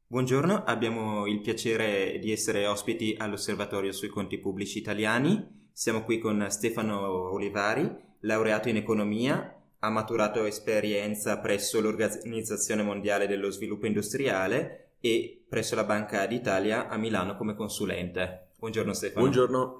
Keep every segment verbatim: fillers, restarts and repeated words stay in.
Buongiorno, abbiamo il piacere di essere ospiti all'Osservatorio sui conti pubblici italiani. Siamo qui con Stefano Olivari, laureato in economia, ha maturato esperienza presso l'Organizzazione Mondiale dello Sviluppo Industriale e presso la Banca d'Italia a Milano come consulente. Buongiorno Stefano. Buongiorno.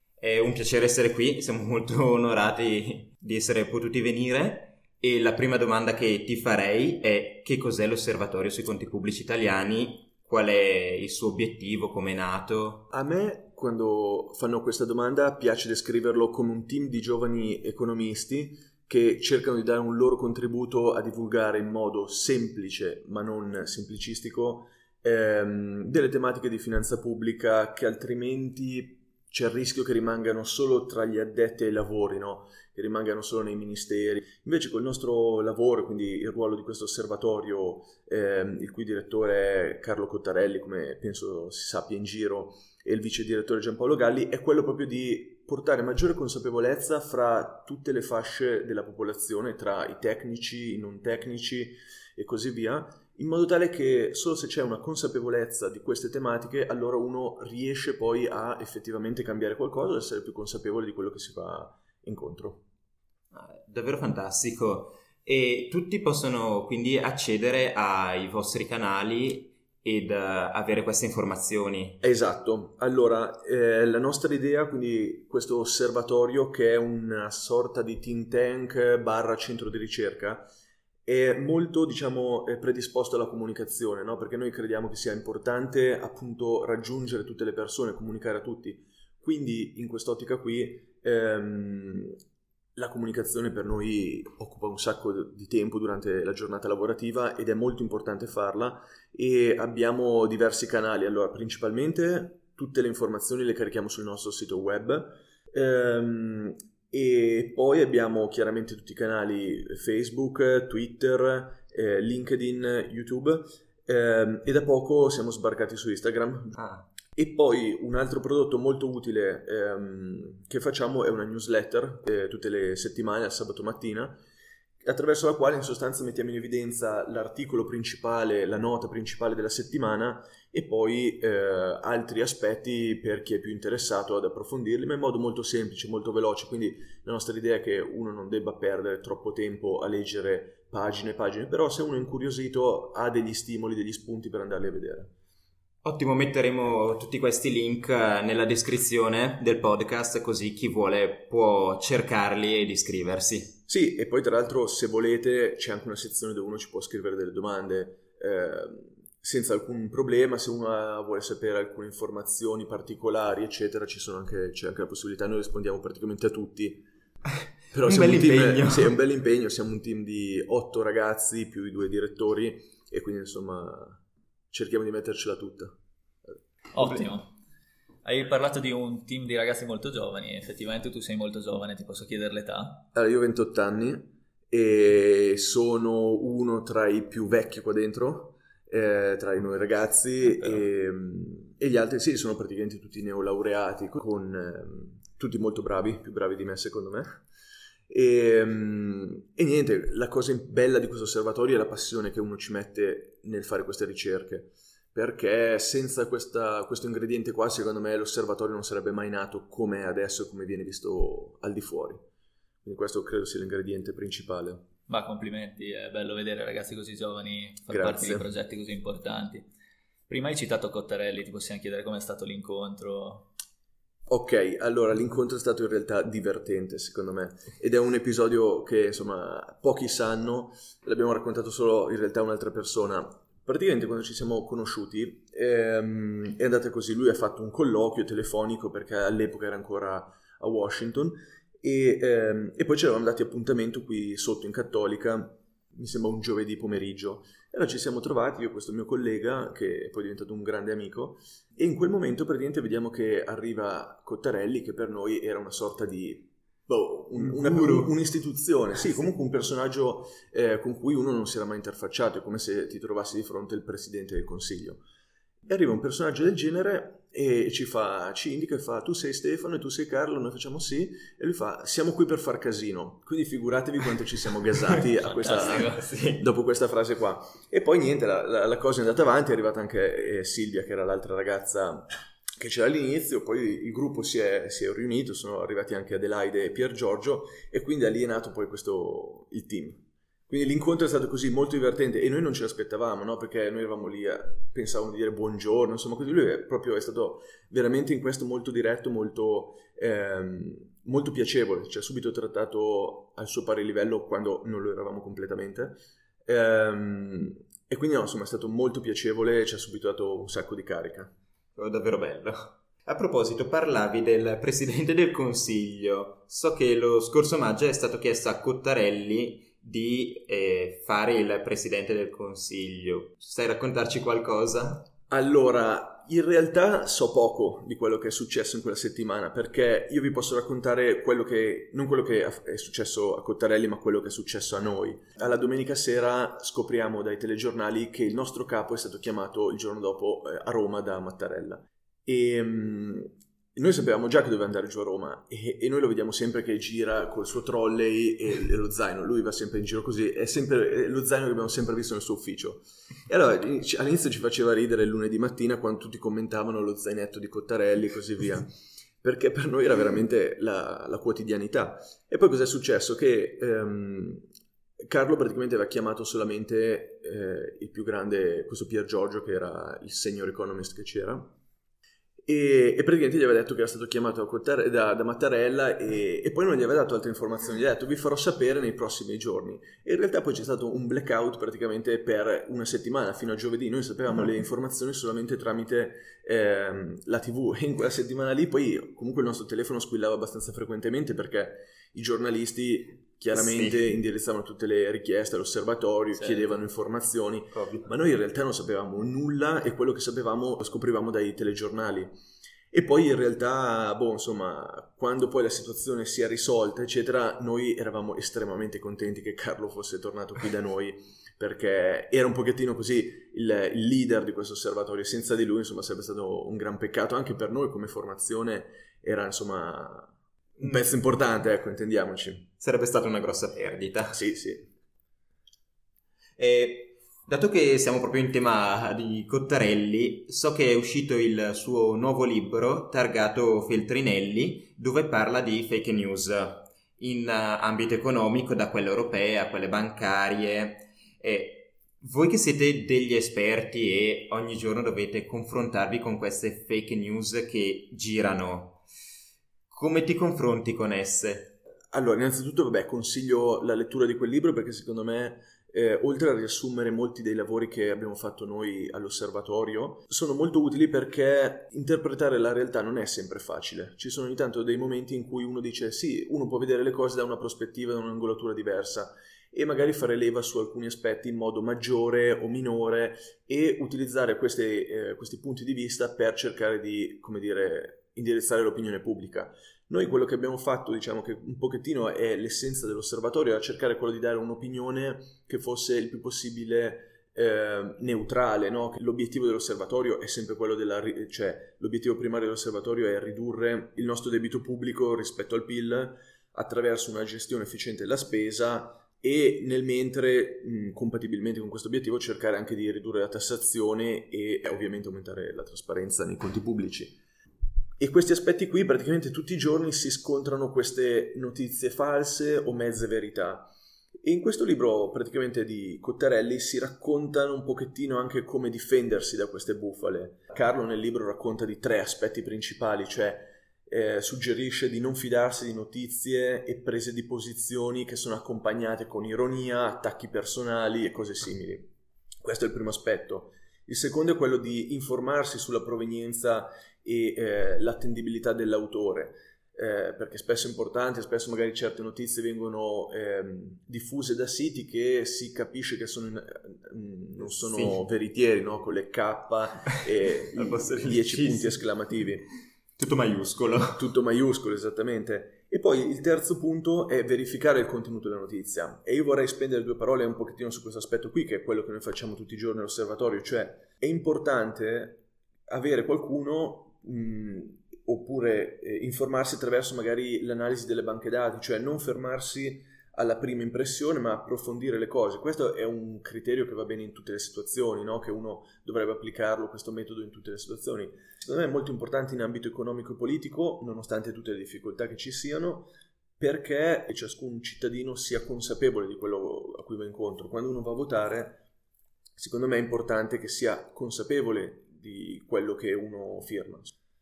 È un piacere essere qui, siamo molto onorati di essere potuti venire. E la prima domanda che ti farei è: che cos'è l'Osservatorio sui conti pubblici italiani? Qual è il suo obiettivo? Come è nato? A me, quando fanno questa domanda, piace descriverlo come un team di giovani economisti che cercano di dare un loro contributo a divulgare in modo semplice, ma non semplicistico, ehm, delle tematiche di finanza pubblica che altrimenti c'è il rischio che rimangano solo tra gli addetti ai lavori, no? Che rimangano solo nei ministeri. Invece col nostro lavoro, quindi il ruolo di questo osservatorio, ehm, il cui direttore è Carlo Cottarelli, come penso si sappia in giro, e il vice direttore Giampaolo Galli, è quello proprio di portare maggiore consapevolezza fra tutte le fasce della popolazione, tra i tecnici, i non tecnici e così via, in modo tale che solo se c'è una consapevolezza di queste tematiche, allora uno riesce poi a effettivamente cambiare qualcosa e essere più consapevole di quello che si va incontro. Davvero fantastico. E tutti possono quindi accedere ai vostri canali ed uh, avere queste informazioni. Esatto. Allora, eh, la nostra idea, quindi questo osservatorio, che è una sorta di think tank barra centro di ricerca, è molto, diciamo, predisposto alla comunicazione, no? Perché noi crediamo che sia importante appunto raggiungere tutte le persone, comunicare a tutti. Quindi in quest'ottica qui ehm, la comunicazione per noi occupa un sacco di tempo durante la giornata lavorativa ed è molto importante farla, e abbiamo diversi canali. Allora, principalmente tutte le informazioni le carichiamo sul nostro sito web, ehm, e poi abbiamo chiaramente tutti i canali Facebook, Twitter, eh, LinkedIn, YouTube, ehm, e da poco siamo sbarcati su Instagram. Ah. E poi un altro prodotto molto utile ehm, che facciamo è una newsletter eh, tutte le settimane, al sabato mattina, attraverso la quale in sostanza mettiamo in evidenza l'articolo principale, la nota principale della settimana, e poi eh, altri aspetti per chi è più interessato ad approfondirli, ma in modo molto semplice, molto veloce. Quindi la nostra idea è che uno non debba perdere troppo tempo a leggere pagine e pagine, però se uno è incuriosito ha degli stimoli, degli spunti per andarli a vedere. Ottimo, metteremo tutti questi link nella descrizione del podcast, così chi vuole può cercarli ed iscriversi. Sì, e poi tra l'altro, se volete, c'è anche una sezione dove uno ci può scrivere delle domande eh, senza alcun problema. Se uno vuole sapere alcune informazioni particolari, eccetera, ci sono anche, c'è anche la possibilità. Noi rispondiamo praticamente a tutti. Però un siamo bel un team, impegno. Sì, è un bel impegno. Siamo un team di otto ragazzi più i due direttori, e quindi insomma cerchiamo di mettercela tutta. Ottimo. Hai parlato di un team di ragazzi molto giovani. Effettivamente tu sei molto giovane, ti posso chiedere l'età? Allora, io ho ventotto anni e sono uno tra i più vecchi qua dentro, eh, tra i noi ragazzi, e, e gli altri sì, sono praticamente tutti neolaureati, con eh, tutti molto bravi, più bravi di me secondo me. E, e niente, la cosa bella di questo osservatorio è la passione che uno ci mette nel fare queste ricerche, perché senza questa, questo ingrediente qua, secondo me, l'osservatorio non sarebbe mai nato come è adesso, come viene visto al di fuori. Quindi questo credo sia l'ingrediente principale. Ma complimenti, è bello vedere ragazzi così giovani far Grazie. parte di progetti così importanti. Prima hai citato Cottarelli, ti possiamo chiedere com'è stato l'incontro? Ok, allora l'incontro è stato in realtà divertente secondo me, ed è un episodio che insomma pochi sanno, l'abbiamo raccontato solo in realtà un'altra persona. Praticamente quando ci siamo conosciuti ehm, è andata così: lui ha fatto un colloquio telefonico perché all'epoca era ancora a Washington, e, ehm, e poi ci eravamo dati appuntamento qui sotto in Cattolica, mi sembra un giovedì pomeriggio, e allora ci siamo trovati, io e questo mio collega che è poi diventato un grande amico, e in quel momento praticamente vediamo che arriva Cottarelli, che per noi era una sorta di boh, un, una, un, un'istituzione, sì, comunque un personaggio eh, con cui uno non si era mai interfacciato, è come se ti trovassi di fronte il presidente del Consiglio. E arriva un personaggio del genere e ci fa, ci indica e fa: tu sei Stefano e tu sei Carlo, noi facciamo sì, e lui fa: siamo qui per far casino. Quindi figuratevi quanto ci siamo gasati a questa, sì. dopo questa frase qua. E poi niente, la, la, la cosa è andata avanti, è arrivata anche eh, Silvia, che era l'altra ragazza che c'era all'inizio, poi il gruppo si è, si è riunito, sono arrivati anche Adelaide e Pier Giorgio, e quindi da lì è nato poi questo, il team. Quindi l'incontro è stato così molto divertente e noi non ce l'aspettavamo, no? Perché noi eravamo lì, a, pensavamo di dire buongiorno, insomma, così lui è proprio è stato veramente in questo molto diretto, molto, ehm, molto piacevole, ci ha subito trattato al suo pari livello quando non lo eravamo completamente, ehm, e quindi no, insomma è stato molto piacevole e ci ha subito dato un sacco di carica. Oh, davvero bello. A proposito, parlavi del Presidente del Consiglio. So che lo scorso maggio è stato chiesto a Cottarelli di eh, fare il Presidente del Consiglio. Sai raccontarci qualcosa? Allora, in realtà so poco di quello che è successo in quella settimana, perché io vi posso raccontare quello che, non quello che è successo a Cottarelli, ma quello che è successo a noi. Alla domenica sera scopriamo dai telegiornali che il nostro capo è stato chiamato il giorno dopo eh, a Roma da Mattarella. E um, noi sapevamo già che doveva andare giù a Roma e, e noi lo vediamo sempre che gira col suo trolley e, e lo zaino, lui va sempre in giro così, è sempre è lo zaino che abbiamo sempre visto nel suo ufficio. E allora all'inizio ci faceva ridere il lunedì mattina quando tutti commentavano lo zainetto di Cottarelli e così via, perché per noi era veramente la, la quotidianità. E poi cos'è successo? Che ehm, Carlo praticamente aveva chiamato solamente eh, il più grande, questo Pier Giorgio, che era il senior economist che c'era, e, e praticamente gli aveva detto che era stato chiamato da, da, da Mattarella e, e poi non gli aveva dato altre informazioni, gli ha detto vi farò sapere nei prossimi giorni. E in realtà poi c'è stato un blackout praticamente per una settimana fino a giovedì, noi sapevamo le informazioni solamente tramite ehm, la tivù, e in quella settimana lì poi comunque il nostro telefono squillava abbastanza frequentemente perché i giornalisti chiaramente sì. indirizzavano tutte le richieste all'osservatorio, certo. chiedevano informazioni, Ovvio. Ma noi in realtà non sapevamo nulla e quello che sapevamo lo scoprivamo dai telegiornali. E poi in realtà, boh, insomma, quando poi la situazione si è risolta, eccetera, noi eravamo estremamente contenti che Carlo fosse tornato qui da noi, perché era un pochettino così il, il leader di questo osservatorio. Senza di lui, insomma, sarebbe stato un gran peccato, anche per noi come formazione era, insomma, un pezzo importante, ecco, intendiamoci. Sarebbe stata una grossa perdita. Sì, sì. E dato che siamo proprio in tema di Cottarelli, so che è uscito il suo nuovo libro targato Feltrinelli, dove parla di fake news in ambito economico, da quelle europee a quelle bancarie. E voi che siete degli esperti e ogni giorno dovete confrontarvi con queste fake news che girano, come ti confronti con esse? Allora, innanzitutto, vabbè, consiglio la lettura di quel libro perché secondo me, eh, oltre a riassumere molti dei lavori che abbiamo fatto noi all'osservatorio, sono molto utili perché interpretare la realtà non è sempre facile. Ci sono ogni tanto dei momenti in cui uno dice sì, uno può vedere le cose da una prospettiva, da un'angolatura diversa e magari fare leva su alcuni aspetti in modo maggiore o minore e utilizzare questi, eh, questi punti di vista per cercare di, come dire, indirizzare l'opinione pubblica. Noi quello che abbiamo fatto, diciamo che un pochettino è l'essenza dell'osservatorio, era cercare quello di dare un'opinione che fosse il più possibile eh, neutrale, no? L'obiettivo dell'osservatorio è sempre quello della, cioè l'obiettivo primario dell'osservatorio è ridurre il nostro debito pubblico rispetto al P I L attraverso una gestione efficiente della spesa e nel mentre, mh, compatibilmente con questo obiettivo, cercare anche di ridurre la tassazione e eh, ovviamente aumentare la trasparenza nei conti pubblici. E questi aspetti qui praticamente tutti i giorni si scontrano queste notizie false o mezze verità. E in questo libro praticamente di Cottarelli si raccontano un pochettino anche come difendersi da queste bufale. Carlo nel libro racconta di tre aspetti principali, cioè eh, suggerisce di non fidarsi di notizie e prese di posizioni che sono accompagnate con ironia, attacchi personali e cose simili. Questo è il primo aspetto. Il secondo è quello di informarsi sulla provenienza e eh, l'attendibilità dell'autore, eh, perché spesso è importante, spesso magari certe notizie vengono eh, diffuse da siti che si capisce che sono in, non sono sì. veritieri, no? Con le K e i dieci punti esclamativi. Tutto maiuscolo. Tutto maiuscolo, esattamente. E poi il terzo punto è verificare il contenuto della notizia. E io vorrei spendere due parole un pochettino su questo aspetto qui, che è quello che noi facciamo tutti i giorni all'osservatorio, cioè è importante avere qualcuno mh, oppure eh, informarsi attraverso magari l'analisi delle banche dati, cioè non fermarsi alla prima impressione ma approfondire le cose. Questo è un criterio che va bene in tutte le situazioni, no? Che uno dovrebbe applicarlo, questo metodo, in tutte le situazioni. Secondo me è molto importante in ambito economico e politico, nonostante tutte le difficoltà che ci siano, perché ciascun cittadino sia consapevole di quello a cui va incontro. Quando uno va a votare, secondo me è importante che sia consapevole di quello che uno firma.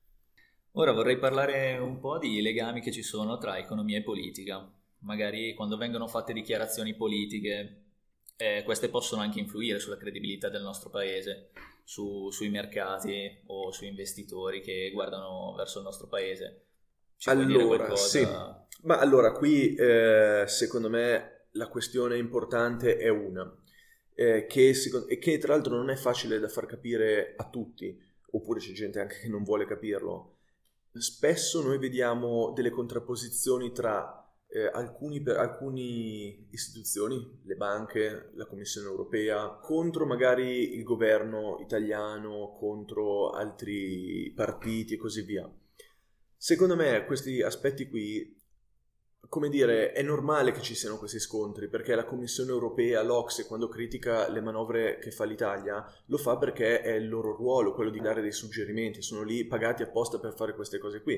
Ora vorrei parlare un po' di legami che ci sono tra economia e politica. Magari quando vengono fatte dichiarazioni politiche, eh, queste possono anche influire sulla credibilità del nostro paese, su, sui mercati o sui investitori che guardano verso il nostro paese. Ci puoi dire Allora, qualcosa? sì. Ma allora, qui eh, secondo me la questione importante è una, eh, che, secondo, e che tra l'altro non è facile da far capire a tutti, oppure c'è gente anche che non vuole capirlo. Spesso noi vediamo delle contrapposizioni tra Eh, alcuni, per, alcune istituzioni, le banche, la Commissione europea, contro magari il governo italiano, contro altri partiti e così via. Secondo me questi aspetti qui, come dire, è normale che ci siano questi scontri, perché la Commissione europea, l'O C S E, quando critica le manovre che fa l'Italia, lo fa perché è il loro ruolo, quello di dare dei suggerimenti, sono lì pagati apposta per fare queste cose qui.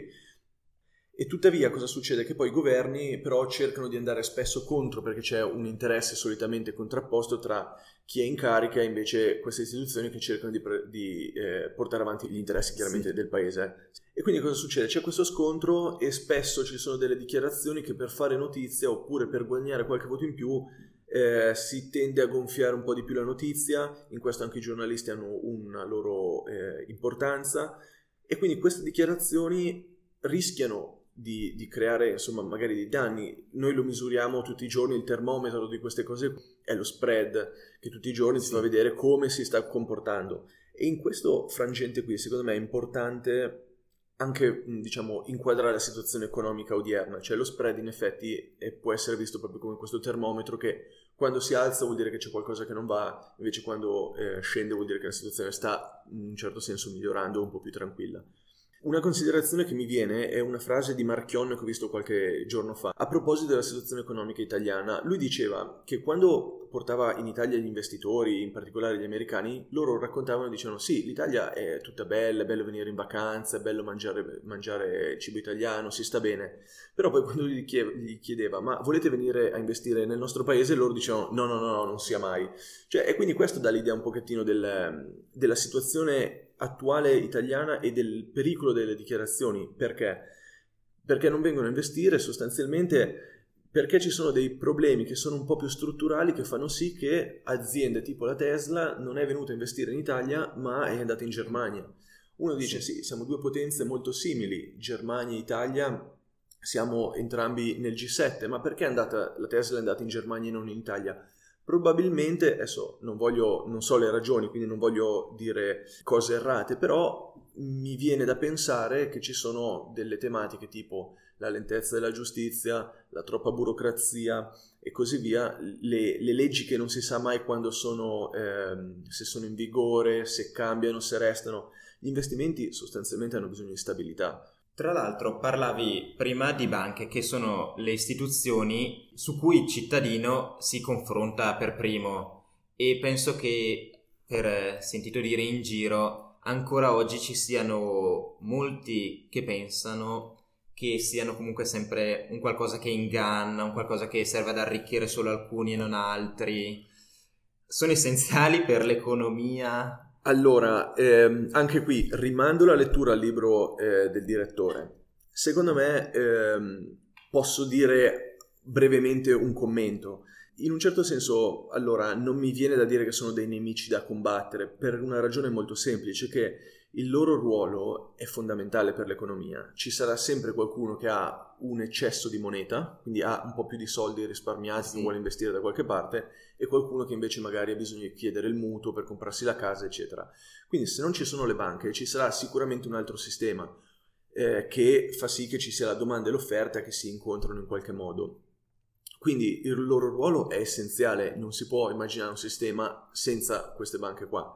E tuttavia cosa succede? Che poi i governi però cercano di andare spesso contro, perché c'è un interesse solitamente contrapposto tra chi è in carica e invece queste istituzioni che cercano di, di eh, portare avanti gli interessi chiaramente sì. del paese. E quindi cosa succede? C'è questo scontro e spesso ci sono delle dichiarazioni che per fare notizia oppure per guadagnare qualche voto in più eh, si tende a gonfiare un po' di più la notizia, in questo anche i giornalisti hanno una loro eh, importanza, e quindi queste dichiarazioni rischiano Di, di creare insomma magari dei danni. Noi lo misuriamo tutti i giorni, il termometro di queste cose è lo spread, che tutti i giorni sì. si fa vedere come si sta comportando, e in questo frangente qui secondo me è importante anche diciamo inquadrare la situazione economica odierna, cioè lo spread in effetti è, può essere visto proprio come questo termometro che quando si alza vuol dire che c'è qualcosa che non va, invece quando eh, scende vuol dire che la situazione sta in un certo senso migliorando, un po' più tranquilla. Una considerazione che mi viene è una frase di Marchionne che ho visto qualche giorno fa a proposito della situazione economica italiana. Lui diceva che quando portava in Italia gli investitori, in particolare gli americani, loro raccontavano e dicevano sì, l'Italia è tutta bella, è bello venire in vacanza, è bello mangiare, mangiare cibo italiano, si sta bene, però poi quando gli chiedeva ma volete venire a investire nel nostro paese, loro dicevano no no no, no non sia mai. Cioè, e quindi questo dà l'idea un pochettino del, della situazione attuale italiana e del pericolo delle dichiarazioni. Perché? Perché non vengono a investire sostanzialmente perché ci sono dei problemi che sono un po' più strutturali, che fanno sì che aziende tipo la Tesla non è venuta a investire in Italia ma è andata in Germania. Uno dice sì, sì siamo due potenze molto simili, Germania e Italia, siamo entrambi nel G sette, ma perché è andata, la Tesla è andata in Germania e non in Italia? Probabilmente, adesso non voglio, non so le ragioni, quindi non voglio dire cose errate, però mi viene da pensare che ci sono delle tematiche tipo la lentezza della giustizia, la troppa burocrazia e così via, le, le leggi che non si sa mai quando sono, eh, se sono in vigore, se cambiano, se restano. Gli investimenti sostanzialmente hanno bisogno di stabilità. Tra l'altro parlavi prima di banche, che sono le istituzioni su cui il cittadino si confronta per primo, e penso che, per sentito dire in giro, ancora oggi ci siano molti che pensano che siano comunque sempre un qualcosa che inganna, un qualcosa che serve ad arricchire solo alcuni e non altri. Sono essenziali per l'economia? Allora, ehm, anche qui rimando la lettura al libro eh, del direttore. Secondo me ehm, posso dire brevemente un commento. In un certo senso, allora, non mi viene da dire che sono dei nemici da combattere, per una ragione molto semplice, che il loro ruolo è fondamentale per l'economia. Ci sarà sempre qualcuno che ha un eccesso di moneta, quindi ha un po' più di soldi risparmiati, sì. che vuole investire da qualche parte, e qualcuno che invece magari ha bisogno di chiedere il mutuo per comprarsi la casa, eccetera. Quindi se non ci sono le banche, ci sarà sicuramente un altro sistema eh, che fa sì che ci sia la domanda e l'offerta che si incontrano in qualche modo. Quindi il loro ruolo è essenziale, non si può immaginare un sistema senza queste banche qua.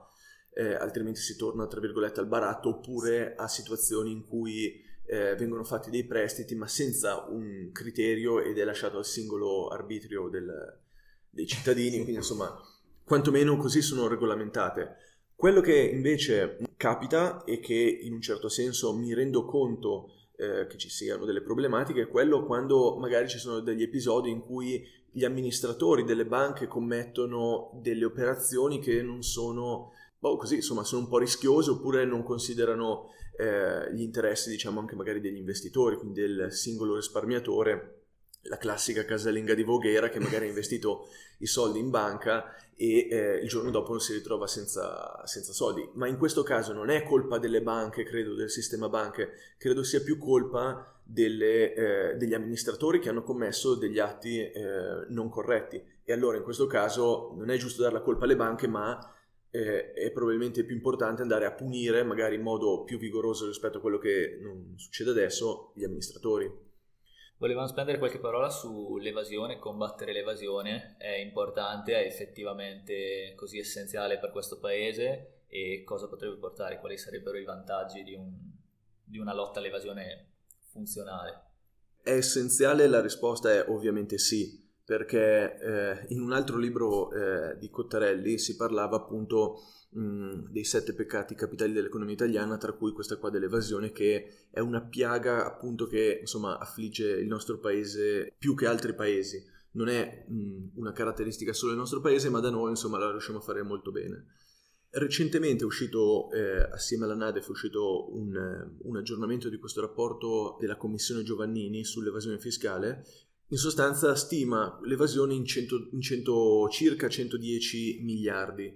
eh, altrimenti si torna tra virgolette al baratto, oppure a situazioni in cui eh, vengono fatti dei prestiti ma senza un criterio ed è lasciato al singolo arbitrio del, dei cittadini, quindi insomma quantomeno così sono regolamentate. Quello che invece capita e che in un certo senso mi rendo conto eh, che ci siano delle problematiche è quello quando magari ci sono degli episodi in cui gli amministratori delle banche commettono delle operazioni che non sono, boh, così insomma sono un po' rischiose, oppure non considerano eh, gli interessi diciamo anche magari degli investitori, quindi del singolo risparmiatore, la classica casalinga di Voghera che magari ha investito i soldi in banca e eh, il giorno dopo non si ritrova senza, senza soldi. Ma in questo caso non è colpa delle banche, credo, del sistema banche, credo sia più colpa delle, eh, degli amministratori che hanno commesso degli atti eh, non corretti. E allora in questo caso non è giusto dare la colpa alle banche, ma eh, è probabilmente più importante andare a punire, magari in modo più vigoroso rispetto a quello che non succede adesso, gli amministratori. Volevamo spendere qualche parola sull'evasione, combattere l'evasione, è importante, è effettivamente così essenziale per questo paese e cosa potrebbe portare, quali sarebbero i vantaggi di, un, di una lotta all'evasione funzionale? È essenziale, la risposta è ovviamente sì, perché eh, in un altro libro eh, di Cottarelli si parlava appunto mh, dei sette peccati capitali dell'economia italiana, tra cui questa qua dell'evasione, che è una piaga appunto che insomma affligge il nostro paese più che altri paesi. Non è mh, una caratteristica solo del nostro paese, ma da noi insomma la riusciamo a fare molto bene. Recentemente è uscito, eh, assieme alla NADEF, è uscito un, un aggiornamento di questo rapporto della Commissione Giovannini sull'evasione fiscale. In sostanza stima l'evasione in, cento, in cento, circa centodieci miliardi.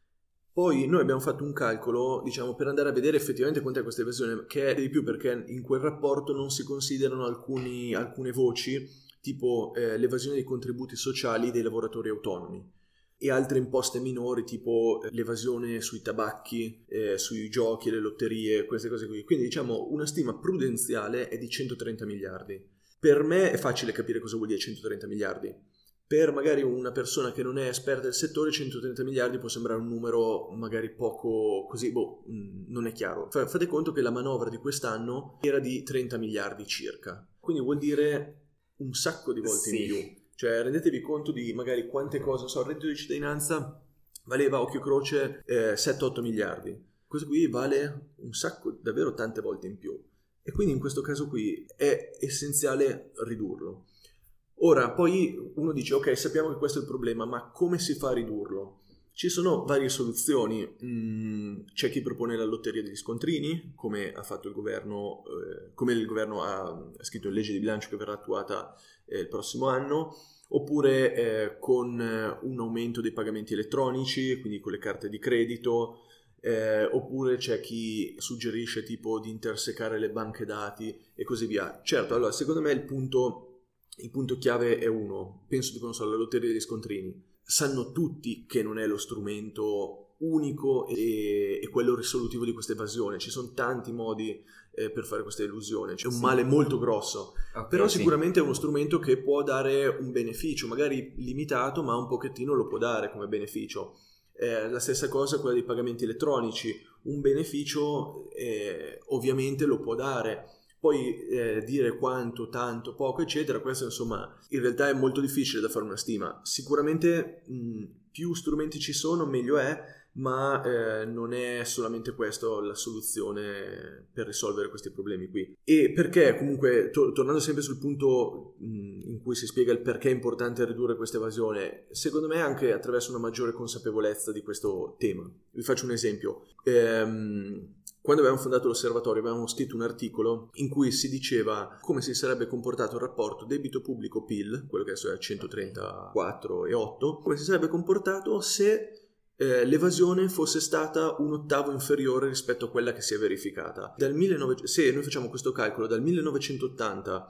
Poi noi abbiamo fatto un calcolo, diciamo, per andare a vedere effettivamente quanto è questa evasione, che è di più perché in quel rapporto non si considerano alcuni, alcune voci, tipo eh, l'evasione dei contributi sociali dei lavoratori autonomi e altre imposte minori, tipo l'evasione sui tabacchi, eh, sui giochi, le lotterie, queste cose qui. Quindi diciamo una stima prudenziale è di centotrenta miliardi. Per me è facile capire cosa vuol dire centotrenta miliardi. Per magari una persona che non è esperta del settore, centotrenta miliardi può sembrare un numero magari poco così, boh, non è chiaro. Fate conto che la manovra di quest'anno era di trenta miliardi circa. Quindi vuol dire un sacco di volte sì. in più. Cioè rendetevi conto di magari quante cose, non so, il reddito di cittadinanza valeva a occhio croce eh, sette otto miliardi. Questo qui vale un sacco, davvero tante volte in più. E quindi in questo caso qui è essenziale ridurlo. Ora, poi uno dice, ok, sappiamo che questo è il problema, ma come si fa a ridurlo? Ci sono varie soluzioni. Mm, c'è chi propone la lotteria degli scontrini, come ha fatto il governo, eh, come il governo ha, ha scritto in legge di bilancio che verrà attuata eh, il prossimo anno, oppure eh, con un aumento dei pagamenti elettronici, quindi con le carte di credito. Eh, oppure c'è chi suggerisce tipo di intersecare le banche dati e così via. Certo, allora secondo me il punto, il punto chiave è uno, penso tipo non so, la lotteria degli scontrini. Sanno tutti che non è lo strumento unico e, e quello risolutivo di questa evasione, ci sono tanti modi eh, per fare questa illusione, c'è un sì. male molto grosso, okay, però sì. sicuramente è uno strumento che può dare un beneficio, magari limitato, ma un pochettino lo può dare come beneficio. Eh, la stessa cosa quella dei pagamenti elettronici, un beneficio eh, ovviamente lo può dare, poi eh, dire quanto, tanto, poco eccetera, questo insomma in realtà è molto difficile da fare una stima. Sicuramente mh, più strumenti ci sono meglio è, ma eh, non è solamente questa la soluzione per risolvere questi problemi qui. E perché comunque, to- tornando sempre sul punto mh, in cui si spiega il perché è importante ridurre questa evasione, secondo me anche attraverso una maggiore consapevolezza di questo tema. Vi faccio un esempio. Ehm, quando abbiamo fondato l'osservatorio avevamo scritto un articolo in cui si diceva come si sarebbe comportato il rapporto debito pubblico P I L, quello che adesso è a centotrentaquattro virgola otto, come si sarebbe comportato se Eh, l'evasione fosse stata un ottavo inferiore rispetto a quella che si è verificata. Dal millenovecento, se noi facciamo questo calcolo, dal millenovecentottanta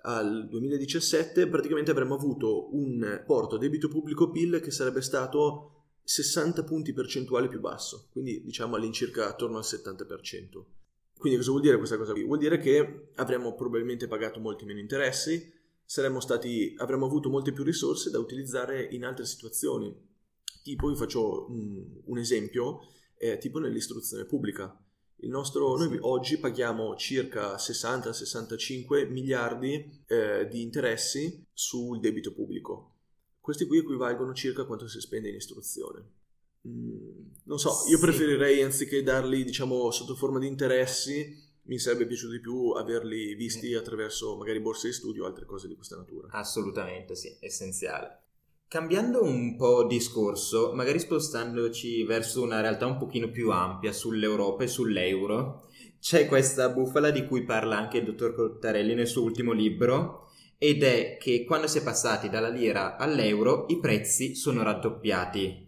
al duemiladiciassette praticamente avremmo avuto un rapporto debito pubblico P I L che sarebbe stato sessanta punti percentuali più basso, quindi diciamo all'incirca attorno al settanta per cento. Quindi cosa vuol dire questa cosa qui? Vuol dire che avremmo probabilmente pagato molti meno interessi, saremmo stati, avremmo avuto molte più risorse da utilizzare in altre situazioni. Tipo, vi faccio un, un esempio, è tipo nell'istruzione pubblica. Il nostro, sì. Noi oggi paghiamo circa sessanta sessantacinque miliardi eh, di interessi sul debito pubblico. Questi qui equivalgono circa a quanto si spende in istruzione. Mm, non so, io Sì. preferirei, anziché darli, diciamo, sotto forma di interessi, mi sarebbe piaciuto di più averli visti attraverso magari borse di studio o altre cose di questa natura. Assolutamente sì, essenziale. Cambiando un po' discorso, magari spostandoci verso una realtà un pochino più ampia sull'Europa e sull'euro, c'è questa bufala di cui parla anche il dottor Cottarelli nel suo ultimo libro, ed è che quando si è passati dalla lira all'euro i prezzi sono raddoppiati.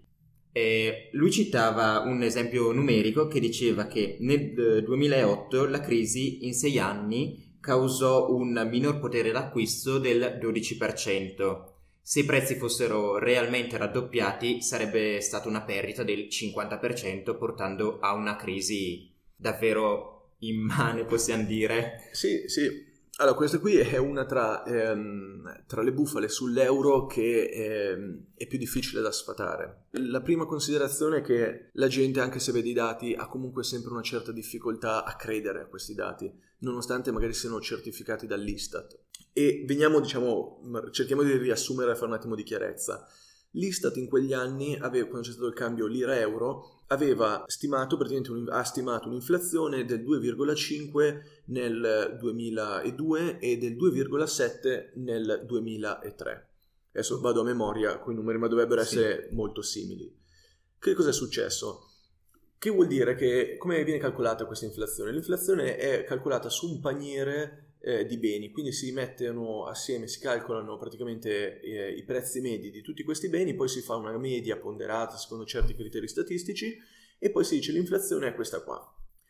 E lui citava un esempio numerico che diceva che nel duemilaotto la crisi in sei anni causò un minor potere d'acquisto del dodici per cento. Se i prezzi fossero realmente raddoppiati sarebbe stata una perdita del cinquanta per cento, portando a una crisi davvero immane, possiamo dire. Sì, sì. Allora, questa qui è una tra, ehm, tra le bufale sull'euro che ehm, è più difficile da sfatare. La prima considerazione è che la gente, anche se vede i dati, ha comunque sempre una certa difficoltà a credere a questi dati, nonostante magari siano certificati dall'Istat. E veniamo, diciamo, cerchiamo di riassumere e fare un attimo di chiarezza. L'Istat in quegli anni, aveva, quando c'è stato il cambio lira-euro, aveva stimato, praticamente un, ha stimato un'inflazione del due virgola cinque nel duemiladue e del due virgola sette nel duemilatré. Adesso vado a memoria con i numeri, ma dovrebbero Sì. essere molto simili. Che cosa è successo? Che vuol dire che, come viene calcolata questa inflazione? L'inflazione è calcolata su un paniere eh, di beni, quindi si mettono assieme, si calcolano praticamente eh, i prezzi medi di tutti questi beni, poi si fa una media ponderata secondo certi criteri statistici e poi si dice l'inflazione è questa qua.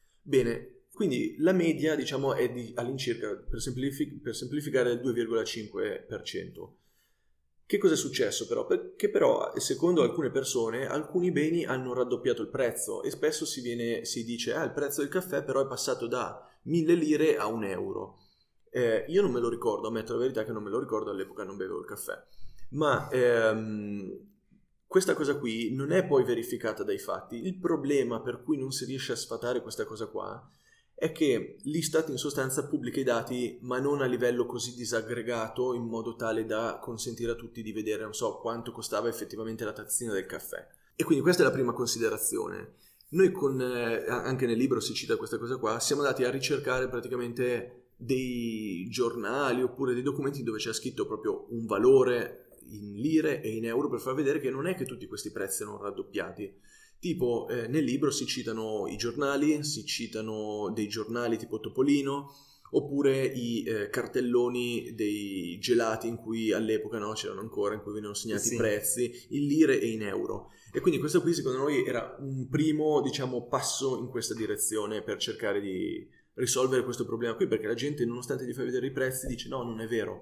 Bene, quindi la media, diciamo, è di all'incirca, per, semplific- per semplificare, del due virgola cinque per cento. Che cosa è successo però? Perché però, secondo alcune persone, alcuni beni hanno raddoppiato il prezzo e spesso si, viene, si dice ah, il prezzo del caffè però è passato da mille lire a un euro. Eh, io non me lo ricordo, ammetto la verità che non me lo ricordo, all'epoca non bevevo il caffè. Ma ehm, questa cosa qui non è poi verificata dai fatti. Il problema per cui non si riesce a sfatare questa cosa qua è che l'Istat in sostanza pubblica i dati ma non a livello così disaggregato in modo tale da consentire a tutti di vedere, non so, quanto costava effettivamente la tazzina del caffè. E quindi questa è la prima considerazione. Noi con, eh, anche nel libro si cita questa cosa qua, siamo andati a ricercare praticamente dei giornali oppure dei documenti dove c'è scritto proprio un valore in lire e in euro per far vedere che non è che tutti questi prezzi erano raddoppiati. Tipo eh, nel libro si citano i giornali, si citano dei giornali tipo Topolino, oppure i eh, cartelloni dei gelati in cui all'epoca no, c'erano ancora, in cui venivano segnati Sì. i prezzi in lire e in euro. E quindi questo qui secondo noi era un primo, diciamo, passo in questa direzione per cercare di risolvere questo problema qui, perché la gente, nonostante gli fai vedere i prezzi, dice no, non è vero.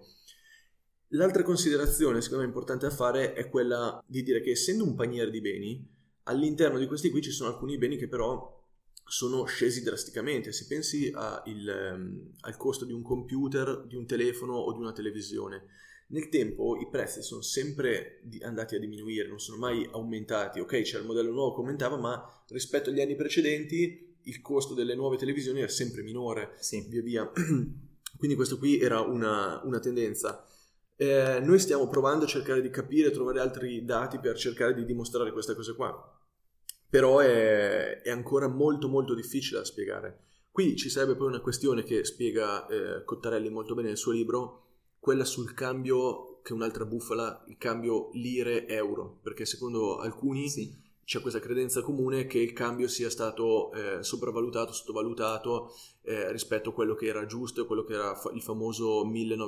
L'altra considerazione secondo me importante da fare è quella di dire che essendo un paniere di beni, all'interno di questi qui ci sono alcuni beni che però sono scesi drasticamente. Se pensi a il, um, al costo di un computer, di un telefono o di una televisione, nel tempo i prezzi sono sempre di- andati a diminuire, non sono mai aumentati. Ok, c'era il modello nuovo che aumentava, ma rispetto agli anni precedenti il costo delle nuove televisioni era sempre minore, Sì. via via. Quindi questo qui era una, una tendenza. Eh, noi stiamo provando a cercare di capire, trovare altri dati per cercare di dimostrare questa cosa qua. Però è, è ancora molto molto difficile da spiegare. Qui ci sarebbe poi una questione che spiega eh, Cottarelli molto bene nel suo libro, quella sul cambio, che è un'altra bufala, il cambio lire-euro, perché secondo alcuni Sì. c'è questa credenza comune che il cambio sia stato eh, sopravvalutato, sottovalutato eh, rispetto a quello che era giusto e quello che era fa- il famoso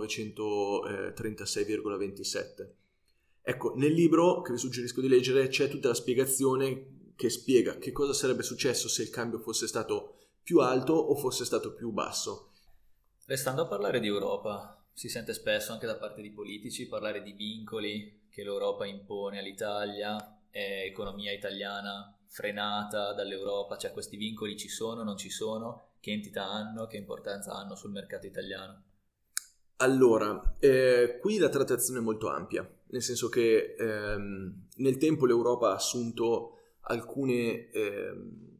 millenovecentotrentasei virgola ventisette. Ecco, nel libro che vi suggerisco di leggere c'è tutta la spiegazione che spiega che cosa sarebbe successo se il cambio fosse stato più alto o fosse stato più basso. Restando a parlare di Europa, si sente spesso anche da parte di politici parlare di vincoli che l'Europa impone all'Italia, è economia italiana frenata dall'Europa, cioè questi vincoli ci sono, non ci sono, che entità hanno, che importanza hanno sul mercato italiano? Allora, eh, qui la trattazione è molto ampia, nel senso che ehm, nel tempo l'Europa ha assunto alcune, eh,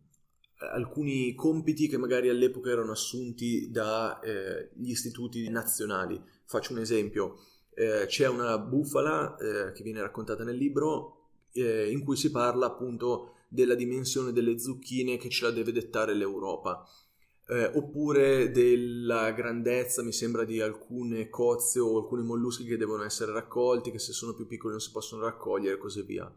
alcuni compiti che magari all'epoca erano assunti dagli eh, istituti nazionali. Faccio un esempio, eh, c'è una bufala eh, che viene raccontata nel libro eh, in cui si parla appunto della dimensione delle zucchine che ce la deve dettare l'Europa. Eh, oppure della grandezza, mi sembra, di alcune cozze o alcuni molluschi che devono essere raccolti, che se sono più piccoli non si possono raccogliere e così via.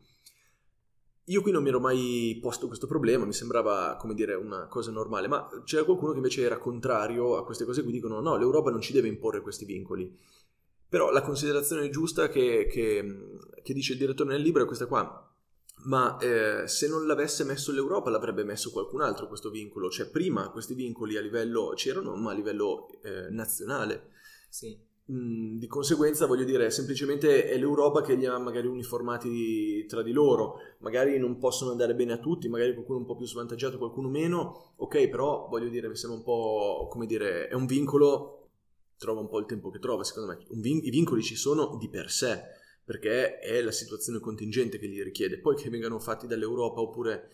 Io qui non mi ero mai posto questo problema, mi sembrava, come dire, una cosa normale, ma c'era qualcuno che invece era contrario a queste cose qui, dicono no, l'Europa non ci deve imporre questi vincoli. Però la considerazione giusta che, che, che dice il direttore nel libro è questa qua. Ma eh, se non l'avesse messo l'Europa l'avrebbe messo qualcun altro questo vincolo, cioè prima questi vincoli a livello c'erano ma a livello eh, nazionale. Sì. Mm, di conseguenza voglio dire semplicemente è l'Europa che li ha magari uniformati tra di loro, magari non possono andare bene a tutti, magari qualcuno un po' più svantaggiato, qualcuno meno, ok, però voglio dire mi sembra un po' come dire è un vincolo, trova un po' il tempo che trova secondo me, un vin- i vincoli ci sono di per sé, perché è la situazione contingente che li richiede. Poi che vengano fatti dall'Europa oppure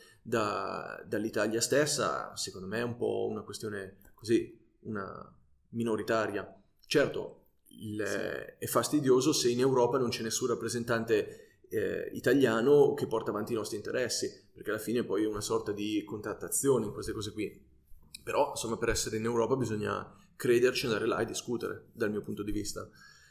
da, dall'Italia stessa, secondo me è un po' una questione così, una minoritaria. Certo, il, sì. È fastidioso se in Europa non c'è nessun rappresentante eh, italiano che porta avanti i nostri interessi, perché alla fine poi è una sorta di contrattazione in queste cose qui. Però, insomma, per essere in Europa bisogna crederci, andare là e discutere, dal mio punto di vista.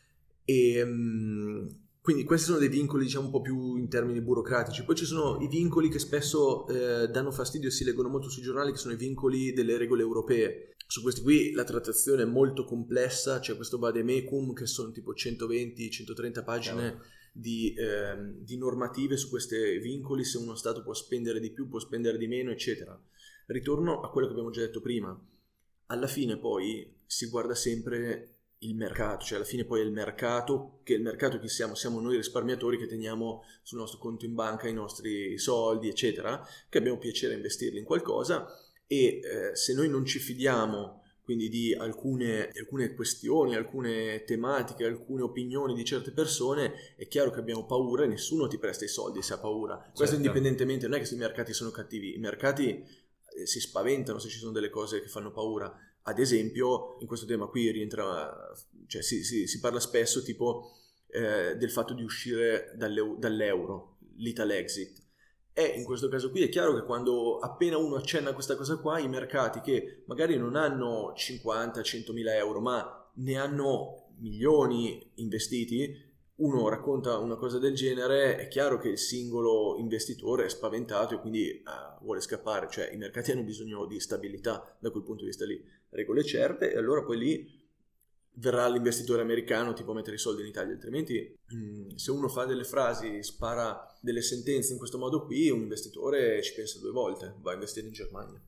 E... Um, Quindi questi sono dei vincoli diciamo un po' più in termini burocratici. Poi ci sono i vincoli che spesso eh, danno fastidio e si leggono molto sui giornali, che sono i vincoli delle regole europee. Su questi qui la trattazione è molto complessa, c'è questo vademecum che sono tipo centoventi centotrenta pagine no. di, eh, di normative su questi vincoli, se uno Stato può spendere di più, può spendere di meno, eccetera. Ritorno a quello che abbiamo già detto prima. Alla fine poi si guarda sempre il mercato, cioè alla fine poi è il mercato, che il mercato chi siamo? Siamo noi risparmiatori che teniamo sul nostro conto in banca i nostri soldi, eccetera, che abbiamo piacere a investirli in qualcosa e eh, se noi non ci fidiamo quindi di alcune, alcune questioni, alcune tematiche, alcune opinioni di certe persone, è chiaro che abbiamo paura e nessuno ti presta i soldi se ha paura. Certo. Questo indipendentemente, non è che i mercati sono cattivi, i mercati eh, si spaventano se ci sono delle cose che fanno paura. Ad esempio, in questo tema qui rientra, cioè si, si, si parla spesso tipo eh, del fatto di uscire dall'euro, l'Italexit. E in questo caso qui è chiaro che quando appena uno accenna a questa cosa qua, i mercati che magari non hanno cinquanta centomila euro, ma ne hanno milioni investiti, uno racconta una cosa del genere, è chiaro che il singolo investitore è spaventato e quindi uh, vuole scappare, cioè i mercati hanno bisogno di stabilità da quel punto di vista lì, regole certe, e allora poi lì verrà l'investitore americano tipo a mettere i soldi in Italia, altrimenti mh, se uno fa delle frasi, spara delle sentenze in questo modo qui, un investitore ci pensa due volte, va a investire in Germania.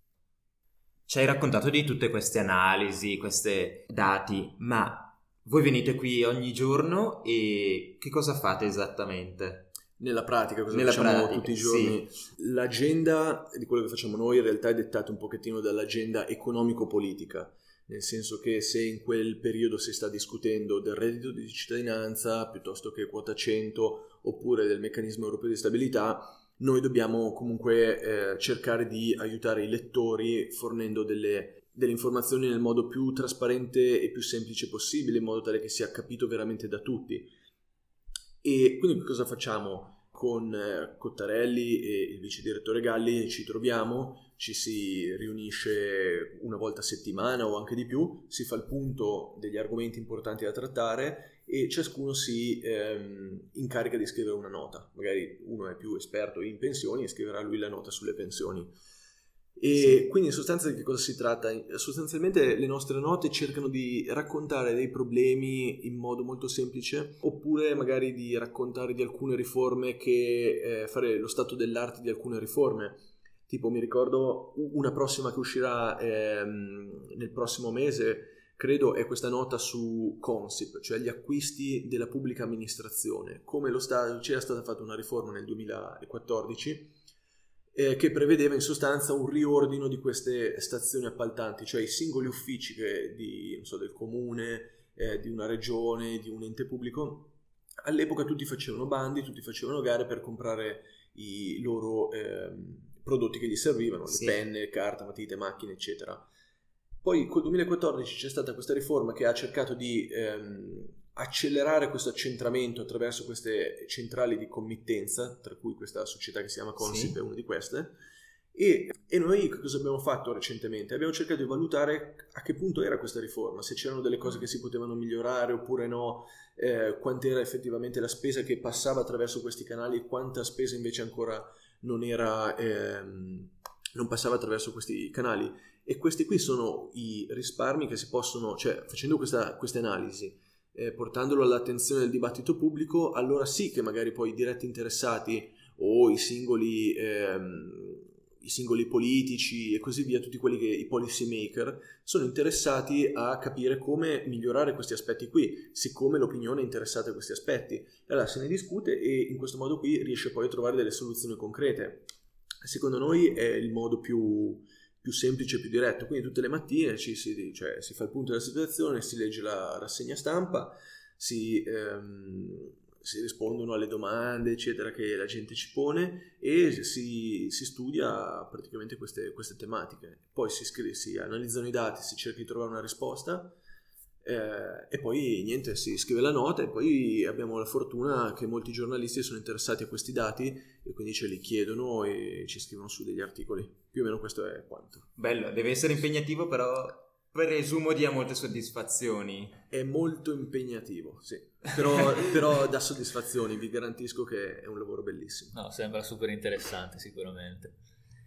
Ci hai raccontato di tutte queste analisi, questi dati, ma voi venite qui ogni giorno e che cosa fate esattamente? Nella pratica, cosa Nella facciamo pratica, tutti i giorni? Sì. L'agenda di quello che facciamo noi in realtà è dettata un pochettino dall'agenda economico-politica, nel senso che se in quel periodo si sta discutendo del reddito di cittadinanza piuttosto che quota cento oppure del meccanismo europeo di stabilità, noi dobbiamo comunque eh, cercare di aiutare i lettori fornendo delle delle informazioni nel modo più trasparente e più semplice possibile, in modo tale che sia capito veramente da tutti. E quindi cosa facciamo? Con eh, Cottarelli e il vice direttore Galli ci troviamo, ci si riunisce una volta a settimana o anche di più, si fa il punto degli argomenti importanti da trattare e ciascuno si ehm, incarica di scrivere una nota. Magari uno è più esperto in pensioni e scriverà lui la nota sulle pensioni. E sì. Quindi in sostanza di che cosa si tratta? Sostanzialmente le nostre note cercano di raccontare dei problemi in modo molto semplice, oppure magari di raccontare di alcune riforme, che eh, fare lo stato dell'arte di alcune riforme. Tipo mi ricordo una prossima che uscirà ehm, nel prossimo mese, credo, è questa nota su Consip, cioè gli acquisti della pubblica amministrazione. Come lo sta, c'era stata fatta una riforma nel duemilaquattordici Eh, che prevedeva in sostanza un riordino di queste stazioni appaltanti, cioè i singoli uffici che di, non so, del comune, eh, di una regione, di un ente pubblico. All'epoca tutti facevano bandi, tutti facevano gare per comprare i loro ehm, prodotti che gli servivano, Sì. le penne, carta, matite, macchine, eccetera. Poi col duemilaquattordici c'è stata questa riforma che ha cercato di ehm, accelerare questo accentramento attraverso queste centrali di committenza, tra cui questa società che si chiama Consip Sì. è una di queste, e, e noi cosa abbiamo fatto recentemente? Abbiamo cercato di valutare a che punto era questa riforma, se c'erano delle cose che si potevano migliorare oppure no, eh, quant'era effettivamente la spesa che passava attraverso questi canali e quanta spesa invece ancora non era ehm, non passava attraverso questi canali. E questi qui sono i risparmi che si possono, cioè facendo questa, queste analisi, eh, portandolo all'attenzione del dibattito pubblico, allora sì che magari poi i diretti interessati o i singoli, ehm, i singoli politici e così via, tutti quelli che i policy maker sono interessati a capire come migliorare questi aspetti qui, siccome l'opinione è interessata a questi aspetti. E allora se ne discute e in questo modo qui riesce poi a trovare delle soluzioni concrete. Secondo noi è il modo più più semplice e più diretto, quindi tutte le mattine ci si, cioè, si fa il punto della situazione, si legge la rassegna stampa, si, ehm, si rispondono alle domande eccetera che la gente ci pone e si, si studia praticamente queste, queste tematiche, poi si, scrive, si analizzano i dati, si cerca di trovare una risposta eh, e poi niente, si scrive la nota e poi abbiamo la fortuna che molti giornalisti sono interessati a questi dati e quindi ce li chiedono e ci scrivono su degli articoli. Più o meno questo è quanto. Bello, deve essere impegnativo, però presumo dia molte soddisfazioni. È molto impegnativo, sì, però, però dà soddisfazioni, vi garantisco che è un lavoro bellissimo. No, sembra super interessante sicuramente.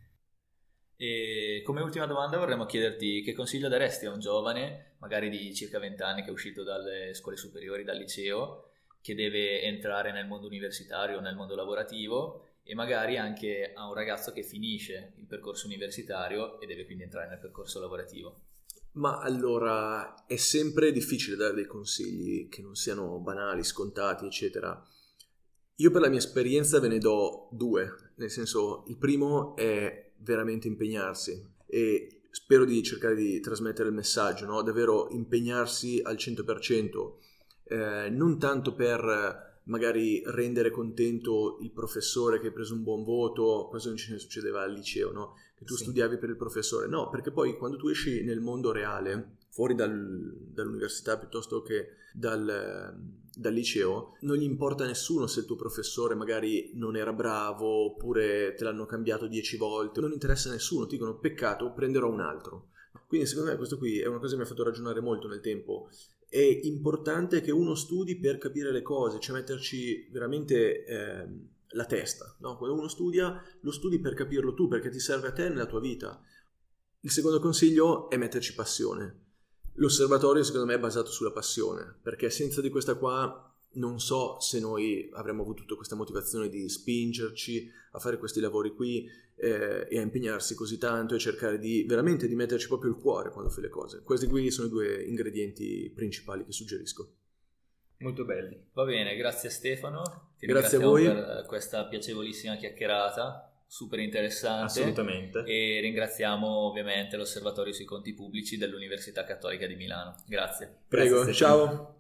E come ultima domanda vorremmo chiederti che consiglio daresti a un giovane, magari di circa venti anni che è uscito dalle scuole superiori, dal liceo, che deve entrare nel mondo universitario, nel mondo lavorativo, e magari anche a un ragazzo che finisce il percorso universitario e deve quindi entrare nel percorso lavorativo. Ma allora è sempre difficile dare dei consigli che non siano banali, scontati, eccetera. Io per la mia esperienza ve ne do due, nel senso il primo è veramente impegnarsi e spero di cercare di trasmettere il messaggio, no? Davvero impegnarsi al cento per cento, eh, non tanto per magari rendere contento il professore che hai preso un buon voto, questo non ce ne succedeva al liceo, no? Che tu Sì. studiavi per il professore, no, perché poi quando tu esci nel mondo reale, fuori dal, dall'università piuttosto che dal, dal liceo, non gli importa a nessuno se il tuo professore magari non era bravo oppure te l'hanno cambiato dieci volte, non interessa a nessuno, ti dicono peccato, prenderò un altro. Quindi secondo me questo qui è una cosa che mi ha fatto ragionare molto nel tempo. È importante che uno studi per capire le cose, cioè metterci veramente eh, la testa, no? Quando uno studia, lo studi per capirlo tu, perché ti serve a te nella tua vita. Il secondo consiglio è metterci passione. L'osservatorio secondo me è basato sulla passione, perché senza di questa qua non so se noi avremmo avuto tutta questa motivazione di spingerci a fare questi lavori qui eh, e a impegnarsi così tanto e cercare di veramente di metterci proprio il cuore quando fai le cose. Questi qui sono i due ingredienti principali che suggerisco. Molto belli. Va bene, grazie Stefano. Ti Grazie a ringraziamo voi per questa piacevolissima chiacchierata, super interessante. Assolutamente. E ringraziamo ovviamente l'Osservatorio sui conti pubblici dell'Università Cattolica di Milano. Grazie. Prego, Grazie, Stefano. ciao.